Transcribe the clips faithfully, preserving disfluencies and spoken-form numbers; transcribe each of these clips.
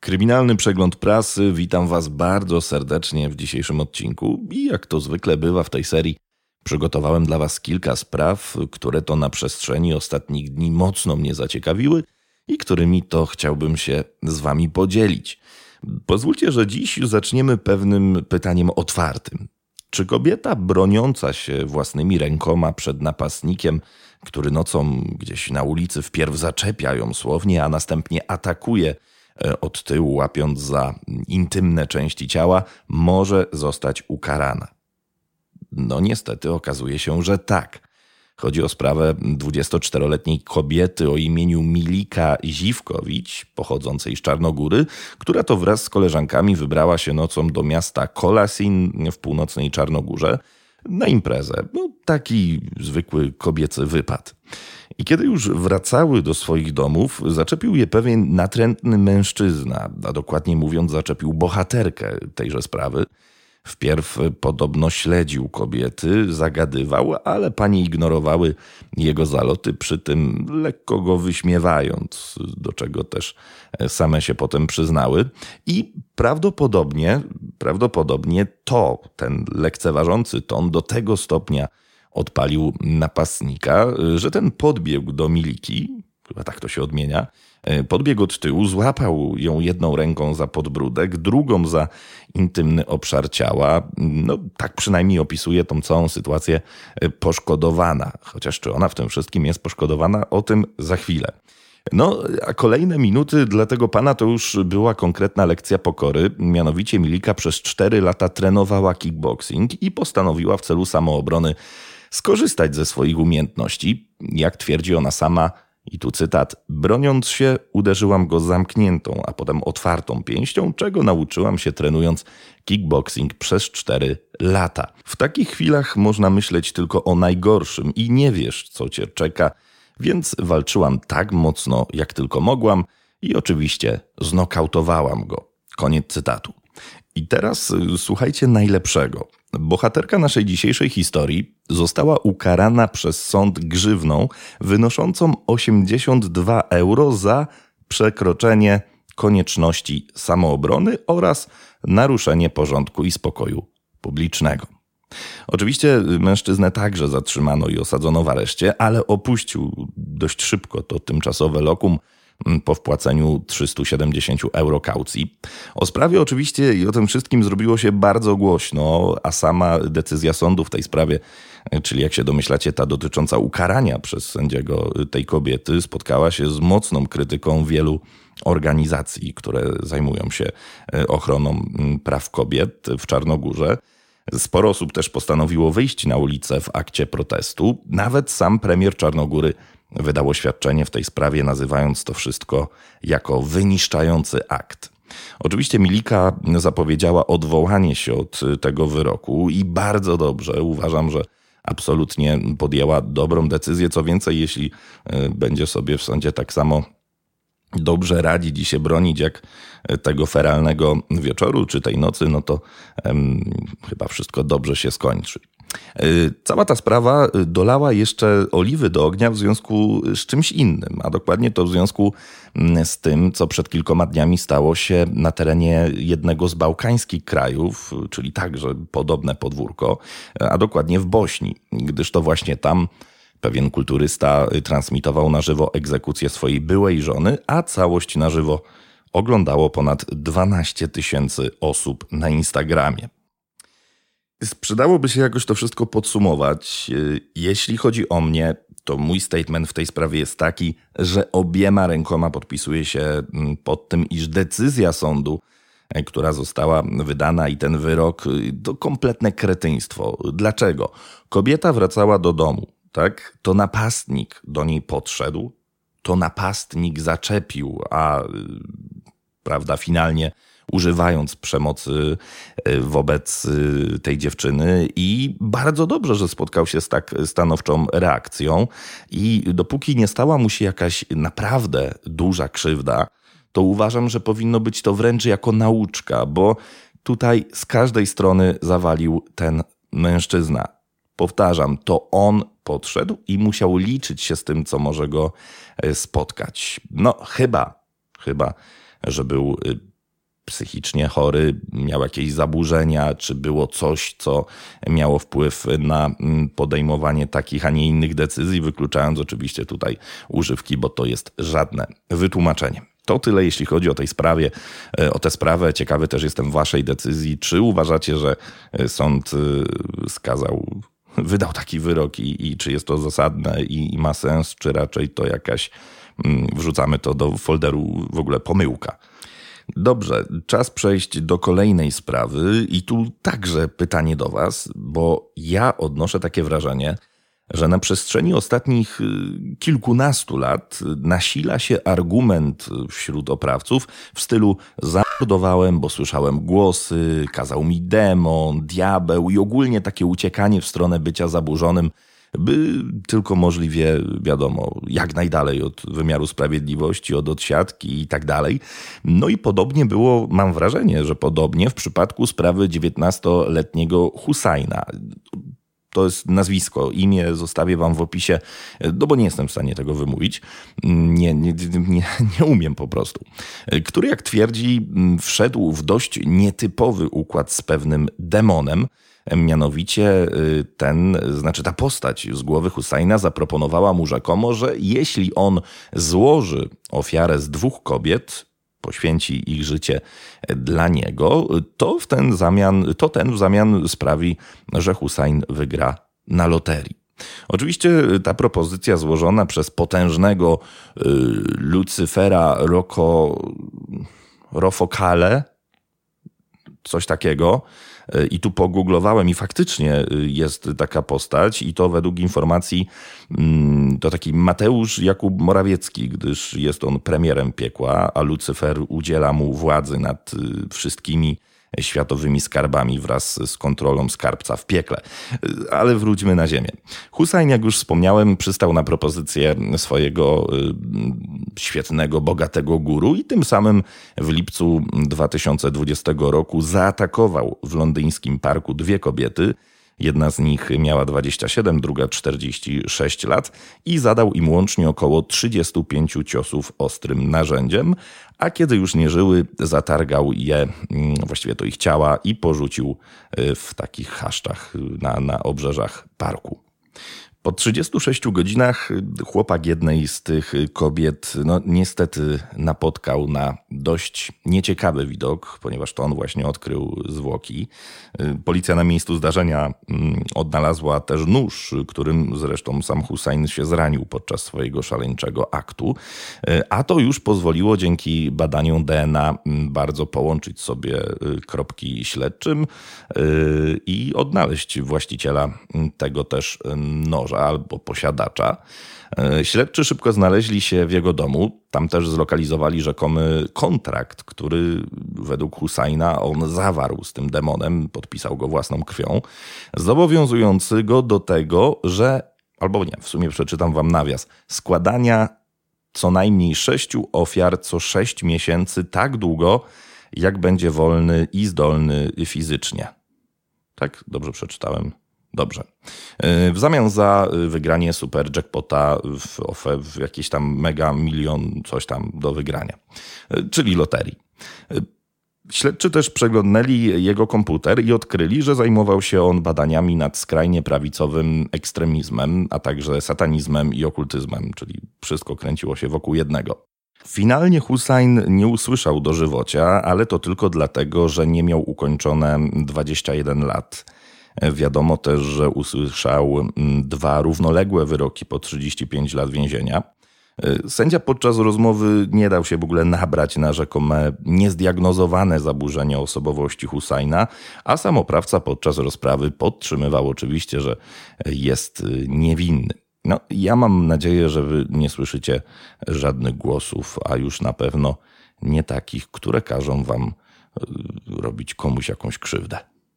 Kryminalny przegląd prasy, witam Was bardzo serdecznie w dzisiejszym odcinku i jak to zwykle bywa w tej serii, przygotowałem dla Was kilka spraw, które to na przestrzeni ostatnich dni mocno mnie zaciekawiły i którymi to chciałbym się z Wami podzielić. Pozwólcie, że dziś zaczniemy pewnym pytaniem otwartym. Czy kobieta broniąca się własnymi rękoma przed napastnikiem, który nocą gdzieś na ulicy wpierw zaczepia ją słownie, a następnie atakuje od tyłu, łapiąc za intymne części ciała, może zostać ukarana? No niestety okazuje się, że tak. Chodzi o sprawę dwudziestoczteroletniej kobiety o imieniu Milika Ziwkowicz, pochodzącej z Czarnogóry, która to wraz z koleżankami wybrała się nocą do miasta Kolasin w północnej Czarnogórze na imprezę. No, taki zwykły kobiecy wypad. I kiedy już wracały do swoich domów, zaczepił je pewien natrętny mężczyzna, a dokładnie mówiąc zaczepił bohaterkę tejże sprawy. Wpierw podobno śledził kobiety, zagadywał, ale panie ignorowały jego zaloty, przy tym lekko go wyśmiewając, do czego też same się potem przyznały. I prawdopodobnie, prawdopodobnie to, ten lekceważący ton do tego stopnia odpalił napastnika, że ten podbiegł do Miliki, chyba tak to się odmienia, podbiegł od tyłu, złapał ją jedną ręką za podbródek, drugą za intymny obszar ciała. No, tak przynajmniej opisuje tą całą sytuację poszkodowana. Chociaż czy ona w tym wszystkim jest poszkodowana, o tym za chwilę. No, a kolejne minuty dla tego pana to już była konkretna lekcja pokory. Mianowicie Milika przez cztery lata trenowała kickboxing i postanowiła w celu samoobrony skorzystać ze swoich umiejętności. Jak twierdzi ona sama, i tu cytat: broniąc się, uderzyłam go zamkniętą, a potem otwartą pięścią, czego nauczyłam się trenując kickboxing przez cztery lata. W takich chwilach można myśleć tylko o najgorszym i nie wiesz, co cię czeka, więc walczyłam tak mocno, jak tylko mogłam i oczywiście znokautowałam go. Koniec cytatu. I teraz słuchajcie najlepszego. Bohaterka naszej dzisiejszej historii została ukarana przez sąd grzywną wynoszącą osiemdziesiąt dwa euro za przekroczenie konieczności samoobrony oraz naruszenie porządku i spokoju publicznego. Oczywiście mężczyznę także zatrzymano i osadzono w areszcie, ale opuścił dość szybko to tymczasowe lokum po wpłaceniu trzysta siedemdziesiąt euro kaucji. O sprawie oczywiście i o tym wszystkim zrobiło się bardzo głośno, a sama decyzja sądu w tej sprawie, czyli jak się domyślacie, ta dotycząca ukarania przez sędziego tej kobiety, spotkała się z mocną krytyką wielu organizacji, które zajmują się ochroną praw kobiet w Czarnogórze. Sporo osób też postanowiło wyjść na ulicę w akcie protestu. Nawet sam premier Czarnogóry wydał oświadczenie w tej sprawie, nazywając to wszystko jako wyniszczający akt. Oczywiście Milika zapowiedziała odwołanie się od tego wyroku i bardzo dobrze. Uważam, że absolutnie podjęła dobrą decyzję. Co więcej, jeśli będzie sobie w sądzie tak samo dobrze radzić i się bronić jak tego feralnego wieczoru czy tej nocy, no to um, chyba wszystko dobrze się skończy. Cała ta sprawa dolała jeszcze oliwy do ognia w związku z czymś innym, a dokładnie to w związku z tym, co przed kilkoma dniami stało się na terenie jednego z bałkańskich krajów, czyli także podobne podwórko, a dokładnie w Bośni, gdyż to właśnie tam pewien kulturysta transmitował na żywo egzekucję swojej byłej żony, a całość na żywo oglądało ponad dwanaście tysięcy osób na Instagramie. Przydałoby się jakoś to wszystko podsumować. Jeśli chodzi o mnie, to mój statement w tej sprawie jest taki, że obiema rękoma podpisuję się pod tym, iż decyzja sądu, która została wydana i ten wyrok, to kompletne kretyństwo. Dlaczego? Kobieta wracała do domu, tak? To napastnik do niej podszedł, to napastnik zaczepił, a prawda, finalnie używając przemocy wobec tej dziewczyny i bardzo dobrze, że spotkał się z tak stanowczą reakcją i dopóki nie stała mu się jakaś naprawdę duża krzywda, to uważam, że powinno być to wręcz jako nauczka, bo tutaj z każdej strony zawalił ten mężczyzna. Powtarzam, to on podszedł i musiał liczyć się z tym, co może go spotkać. No chyba, chyba, że był psychicznie chory, miał jakieś zaburzenia, czy było coś, co miało wpływ na podejmowanie takich, a nie innych decyzji, wykluczając oczywiście tutaj używki, bo to jest żadne wytłumaczenie. To tyle, jeśli chodzi o tej sprawie, o tę sprawę. Ciekawy też jestem waszej decyzji. Czy uważacie, że sąd skazał, wydał taki wyrok i, i czy jest to zasadne i, i ma sens, czy raczej to jakaś, wrzucamy to do folderu w ogóle pomyłka. Dobrze, czas przejść do kolejnej sprawy i tu także pytanie do was, bo ja odnoszę takie wrażenie, że na przestrzeni ostatnich kilkunastu lat nasila się argument wśród oprawców w stylu zamordowałem, bo słyszałem głosy, kazał mi demon, diabeł i ogólnie takie uciekanie w stronę bycia zaburzonym, by tylko możliwie, wiadomo, jak najdalej od wymiaru sprawiedliwości, od odsiadki i tak dalej. No i podobnie było, mam wrażenie, że podobnie w przypadku sprawy dziewiętnastoletniego Husajna. To jest nazwisko, imię zostawię wam w opisie, no bo nie jestem w stanie tego wymówić. Nie, nie, nie, nie umiem po prostu. Który, jak twierdzi, wszedł w dość nietypowy układ z pewnym demonem. Mianowicie ten, znaczy ta postać z głowy Husajna zaproponowała mu rzekomo, że jeśli on złoży ofiarę z dwóch kobiet, poświęci ich życie dla niego, to w ten zamian, to ten w zamian sprawi, że Husajn wygra na loterii. Oczywiście ta propozycja złożona przez potężnego y, Lucyfera Roko, Rofokale, coś takiego, i tu pogooglowałem i faktycznie jest taka postać i to według informacji to taki Mateusz Jakub Morawiecki, gdyż jest on premierem piekła, a Lucyfer udziela mu władzy nad wszystkimi światowymi skarbami wraz z kontrolą skarbca w piekle. Ale wróćmy na ziemię. Husajn, jak już wspomniałem, przystał na propozycję swojego świetnego, bogatego guru i tym samym w lipcu dwa tysiące dwudziestego roku zaatakował w londyńskim parku dwie kobiety. Jedna z nich miała dwadzieścia siedem, druga czterdzieści sześć lat i zadał im łącznie około trzydziestu pięciu ciosów ostrym narzędziem, a kiedy już nie żyły, zatargał je, właściwie to ich ciała i porzucił w takich chaszczach na, na obrzeżach parku. Po trzydziestu sześciu godzinach chłopak jednej z tych kobiet no, niestety napotkał na dość nieciekawy widok, ponieważ to on właśnie odkrył zwłoki. Policja na miejscu zdarzenia odnalazła też nóż, którym zresztą sam Husajn się zranił podczas swojego szaleńczego aktu, a to już pozwoliło dzięki badaniom D N A bardzo połączyć sobie kropki śledczym i odnaleźć właściciela tego też noża albo posiadacza. Śledczy szybko znaleźli się w jego domu. Tam też zlokalizowali rzekomy kontrakt, który według Husajna on zawarł z tym demonem, podpisał go własną krwią, zobowiązujący go do tego, że, albo nie, w sumie przeczytam wam nawias, składania co najmniej sześciu ofiar co sześć miesięcy tak długo, jak będzie wolny i zdolny fizycznie. Tak? Dobrze przeczytałem? Dobrze. W zamian za wygranie super jackpota w, w jakiś tam mega milion, coś tam do wygrania, czyli loterii. Śledczy też przeglądnęli jego komputer i odkryli, że zajmował się on badaniami nad skrajnie prawicowym ekstremizmem, a także satanizmem i okultyzmem, czyli wszystko kręciło się wokół jednego. Finalnie Husajn nie usłyszał dożywocia, ale to tylko dlatego, że nie miał ukończone dwadzieścia jeden lat. Wiadomo też, że usłyszał dwa równoległe wyroki po trzydzieści pięć lat więzienia. Sędzia podczas rozmowy nie dał się w ogóle nabrać na rzekome niezdiagnozowane zaburzenia osobowości Husajna, a sam oprawca podczas rozprawy podtrzymywał oczywiście, że jest niewinny. No, ja mam nadzieję, że wy nie słyszycie żadnych głosów, a już na pewno nie takich, które każą wam robić komuś jakąś krzywdę.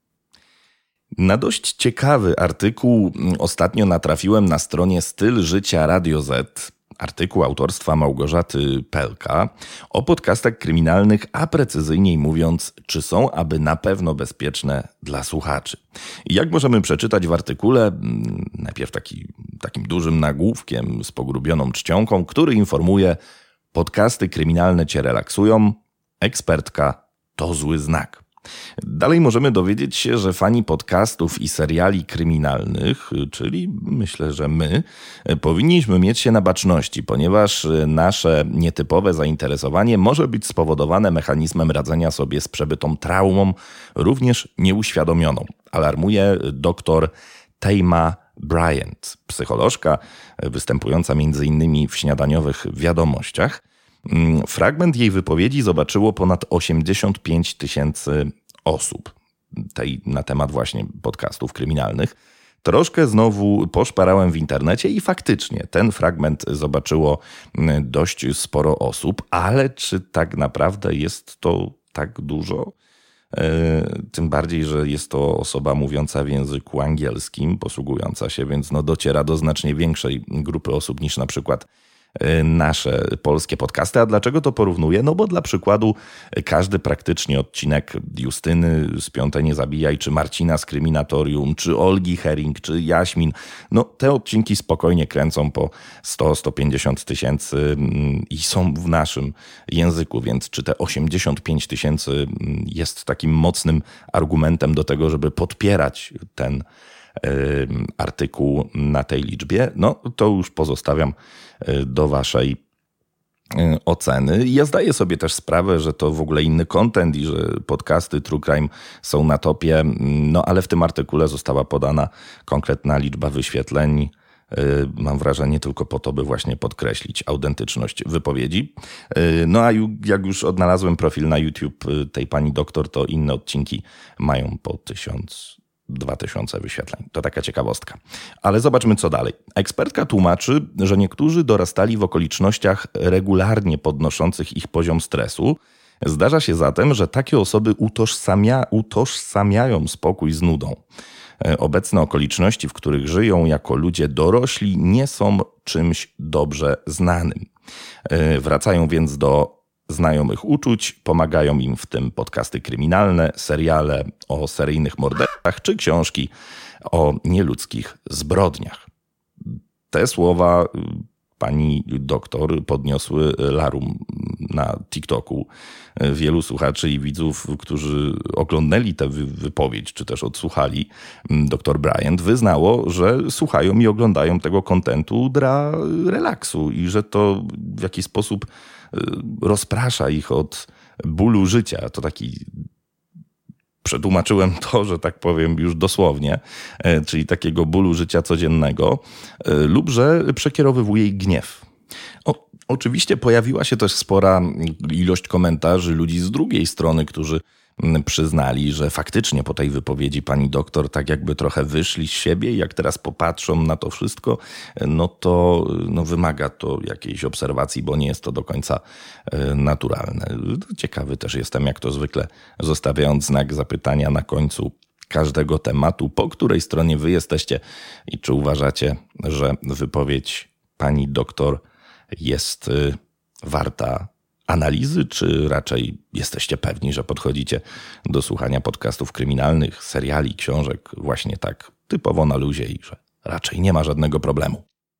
Na dość ciekawy artykuł ostatnio natrafiłem na stronie Styl Życia Radio Z. Artykuł autorstwa Małgorzaty Pelka o podcastach kryminalnych, a precyzyjniej mówiąc, czy są aby na pewno bezpieczne dla słuchaczy. I jak możemy przeczytać w artykule, najpierw taki, takim dużym nagłówkiem z pogrubioną czcionką, który informuje: podcasty kryminalne cię relaksują, ekspertka to zły znak. Dalej możemy dowiedzieć się, że fani podcastów i seriali kryminalnych, czyli myślę, że my, powinniśmy mieć się na baczności, ponieważ nasze nietypowe zainteresowanie może być spowodowane mechanizmem radzenia sobie z przebytą traumą, również nieuświadomioną. Alarmuje dr Tayma Bryant, psycholożka występująca między innymi w śniadaniowych wiadomościach. Fragment jej wypowiedzi zobaczyło ponad osiemdziesiąt pięć tysięcy osób tej, na temat właśnie podcastów kryminalnych. Troszkę znowu poszparałem w internecie i faktycznie ten fragment zobaczyło dość sporo osób, ale czy tak naprawdę jest to tak dużo? Tym bardziej, że jest to osoba mówiąca w języku angielskim, posługująca się, więc no dociera do znacznie większej grupy osób niż na przykład nasze polskie podcasty. A dlaczego to porównuję? No bo dla przykładu każdy praktycznie odcinek Justyny z Piąte Nie Zabijaj, czy Marcina z Kryminatorium, czy Olgi Herring, czy Jaśmin, no te odcinki spokojnie kręcą po sto do stu pięćdziesięciu tysięcy i są w naszym języku, więc czy te osiemdziesiąt pięć tysięcy jest takim mocnym argumentem do tego, żeby podpierać ten artykuł na tej liczbie, no to już pozostawiam do waszej oceny. Ja zdaję sobie też sprawę, że to w ogóle inny content i że podcasty True Crime są na topie, no ale w tym artykule została podana konkretna liczba wyświetleń. Mam wrażenie tylko po to, by właśnie podkreślić autentyczność wypowiedzi. No a jak już odnalazłem profil na YouTube tej pani doktor, to inne odcinki mają po tysiąc dwa tysiące wyświetleń. To taka ciekawostka. Ale zobaczmy co dalej. Ekspertka tłumaczy, że niektórzy dorastali w okolicznościach regularnie podnoszących ich poziom stresu. Zdarza się zatem, że takie osoby utożsamia, utożsamiają spokój z nudą. Obecne okoliczności, w których żyją jako ludzie dorośli, nie są czymś dobrze znanym. Wracają więc do znajomych uczuć, pomagają im w tym podcasty kryminalne, seriale o seryjnych mordercach czy książki o nieludzkich zbrodniach. Te słowa pani doktor podniosły larum na TikToku. Wielu słuchaczy i widzów, którzy oglądali tę wypowiedź, czy też odsłuchali dr Bryant, wyznało, że słuchają i oglądają tego kontentu dla relaksu i że to w jakiś sposób rozprasza ich od bólu życia. To taki... Przetłumaczyłem to, że tak powiem już dosłownie, czyli takiego bólu życia codziennego, lub że przekierowywuje ich gniew. O, oczywiście pojawiła się też spora ilość komentarzy ludzi z drugiej strony, którzy przyznali, że faktycznie po tej wypowiedzi pani doktor tak jakby trochę wyszli z siebie i jak teraz popatrzą na to wszystko, no to no wymaga to jakiejś obserwacji, bo nie jest to do końca naturalne. Ciekawy też jestem, jak to zwykle, zostawiając znak zapytania na końcu każdego tematu, po której stronie wy jesteście i czy uważacie, że wypowiedź pani doktor jest warta analizy, czy raczej jesteście pewni, że podchodzicie do słuchania podcastów kryminalnych, seriali, książek właśnie tak typowo na luzie i że raczej nie ma żadnego problemu.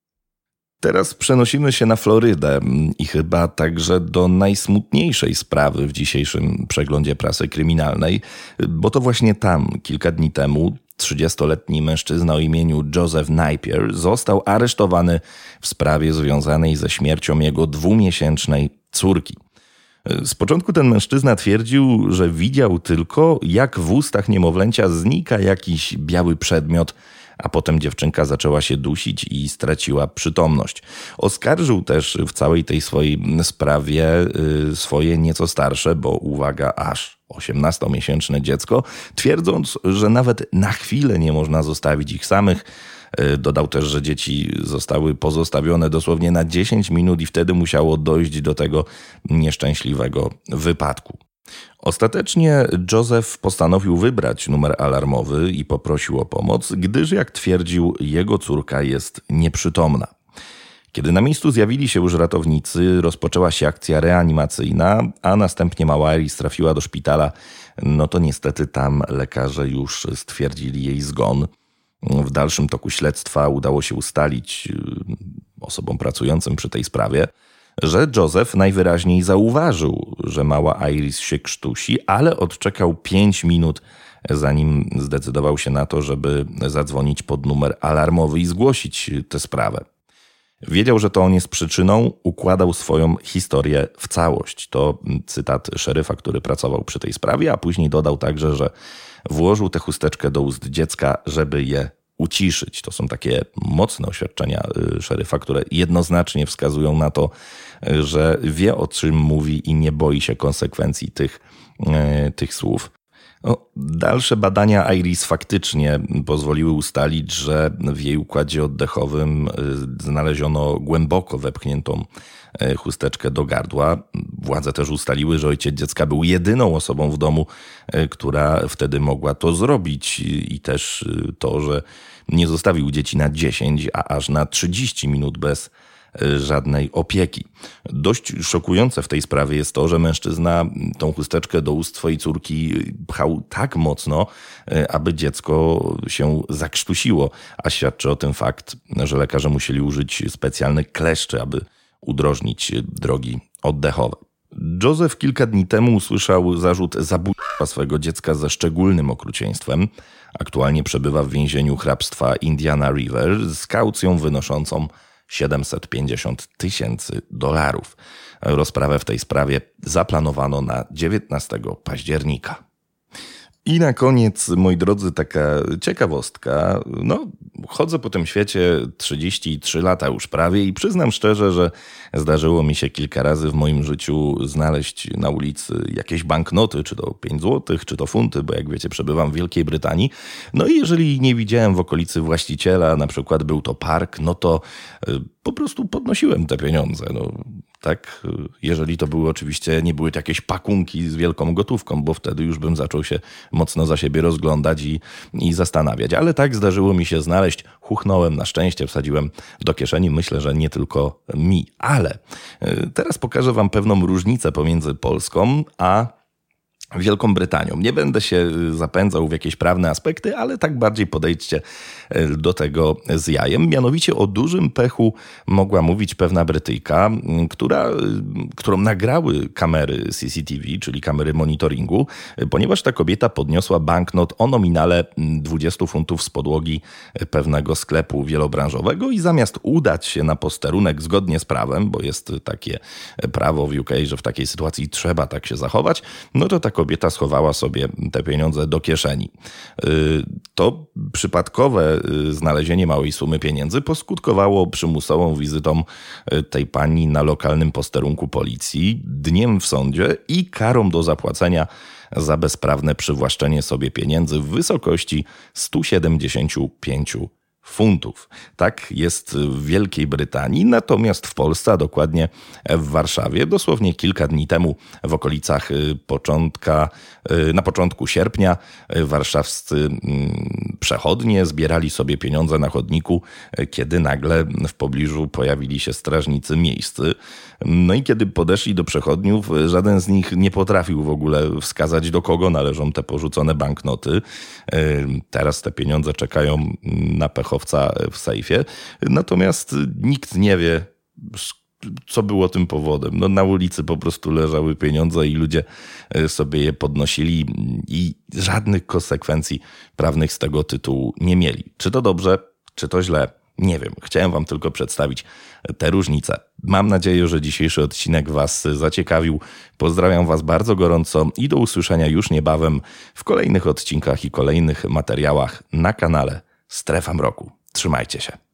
Teraz przenosimy się na Florydę i chyba także do najsmutniejszej sprawy w dzisiejszym przeglądzie prasy kryminalnej, bo to właśnie tam kilka dni temu trzydziestoletni mężczyzna o imieniu Joseph Napier został aresztowany w sprawie związanej ze śmiercią jego dwumiesięcznej córki. Z początku ten mężczyzna twierdził, że widział tylko, jak w ustach niemowlęcia znika jakiś biały przedmiot, a potem dziewczynka zaczęła się dusić i straciła przytomność. Oskarżył też w całej tej swojej sprawie swoje nieco starsze, bo uwaga, aż osiemnastomiesięczne dziecko, twierdząc, że nawet na chwilę nie można zostawić ich samych. Dodał też, że dzieci zostały pozostawione dosłownie na dziesięć minut i wtedy musiało dojść do tego nieszczęśliwego wypadku. Ostatecznie Joseph postanowił wybrać numer alarmowy i poprosił o pomoc, gdyż, jak twierdził, jego córka jest nieprzytomna. Kiedy na miejscu zjawili się już ratownicy, rozpoczęła się akcja reanimacyjna, a następnie mała Iris trafiła do szpitala. No to niestety tam lekarze już stwierdzili jej zgon. W dalszym toku śledztwa udało się ustalić osobom pracującym przy tej sprawie, że Joseph najwyraźniej zauważył, że mała Iris się krztusi, ale odczekał pięć minut, zanim zdecydował się na to, żeby zadzwonić pod numer alarmowy i zgłosić tę sprawę. Wiedział, że to on jest przyczyną, układał swoją historię w całość. To cytat szeryfa, który pracował przy tej sprawie, a później dodał także, że włożył tę chusteczkę do ust dziecka, żeby je uciszyć. To są takie mocne oświadczenia szeryfa, które jednoznacznie wskazują na to, że wie, o czym mówi i nie boi się konsekwencji tych, tych słów. No, dalsze badania Iris faktycznie pozwoliły ustalić, że w jej układzie oddechowym znaleziono głęboko wepchniętą chusteczkę do gardła. Władze też ustaliły, że ojciec dziecka był jedyną osobą w domu, która wtedy mogła to zrobić, i też to, że nie zostawił dzieci na dziesięć, a aż na trzydzieści minut bez żadnej opieki. Dość szokujące w tej sprawie jest to, że mężczyzna tą chusteczkę do ust swojej córki pchał tak mocno, aby dziecko się zakrztusiło, a świadczy o tym fakt, że lekarze musieli użyć specjalnych kleszczy, aby udrożnić drogi oddechowe. Joseph kilka dni temu usłyszał zarzut zabójstwa swojego dziecka ze szczególnym okrucieństwem. Aktualnie przebywa w więzieniu hrabstwa Indiana River z kaucją wynoszącą siedemset pięćdziesiąt tysięcy dolarów. Rozprawę w tej sprawie zaplanowano na dziewiętnastego października. I na koniec, moi drodzy, taka ciekawostka. No, chodzę po tym świecie trzydzieści trzy lata już prawie i przyznam szczerze, że zdarzyło mi się kilka razy w moim życiu znaleźć na ulicy jakieś banknoty, czy to pięć złotych, czy to funty, bo jak wiecie, przebywam w Wielkiej Brytanii. No i jeżeli nie widziałem w okolicy właściciela, na przykład był to park, no to po prostu podnosiłem te pieniądze. No, tak, jeżeli to były oczywiście, nie były to jakieś pakunki z wielką gotówką, bo wtedy już bym zaczął się mocno za siebie rozglądać i, i zastanawiać. Ale tak zdarzyło mi się znaleźć, chuchnąłem na szczęście, wsadziłem do kieszeni, myślę, że nie tylko mi. Ale teraz pokażę wam pewną różnicę pomiędzy Polską a Wielką Brytanią. Nie będę się zapędzał w jakieś prawne aspekty, ale tak bardziej podejdźcie do tego z jajem. Mianowicie o dużym pechu mogła mówić pewna Brytyjka, która, którą nagrały kamery C C T V, czyli kamery monitoringu, ponieważ ta kobieta podniosła banknot o nominale dwadzieścia funtów z podłogi pewnego sklepu wielobranżowego i zamiast udać się na posterunek zgodnie z prawem, bo jest takie prawo w U K, że w takiej sytuacji trzeba tak się zachować, no to tak kobieta schowała sobie te pieniądze do kieszeni. To przypadkowe znalezienie małej sumy pieniędzy poskutkowało przymusową wizytą tej pani na lokalnym posterunku policji, dniem w sądzie i karą do zapłacenia za bezprawne przywłaszczenie sobie pieniędzy w wysokości sto siedemdziesiąt pięć funtów. Tak jest w Wielkiej Brytanii, natomiast w Polsce, a dokładnie w Warszawie, dosłownie kilka dni temu w okolicach początka, na początku sierpnia warszawscy przechodnie zbierali sobie pieniądze na chodniku, kiedy nagle w pobliżu pojawili się strażnicy miejscy. No i kiedy podeszli do przechodniów, żaden z nich nie potrafił w ogóle wskazać, do kogo należą te porzucone banknoty. Teraz te pieniądze czekają na pechowca w sejfie, natomiast nikt nie wie, co było tym powodem. No, na ulicy po prostu leżały pieniądze i ludzie sobie je podnosili i żadnych konsekwencji prawnych z tego tytułu nie mieli. Czy to dobrze, czy to źle? Nie wiem. Chciałem wam tylko przedstawić te różnice. Mam nadzieję, że dzisiejszy odcinek was zaciekawił. Pozdrawiam was bardzo gorąco i do usłyszenia już niebawem w kolejnych odcinkach i kolejnych materiałach na kanale Strefa Mroku. Trzymajcie się.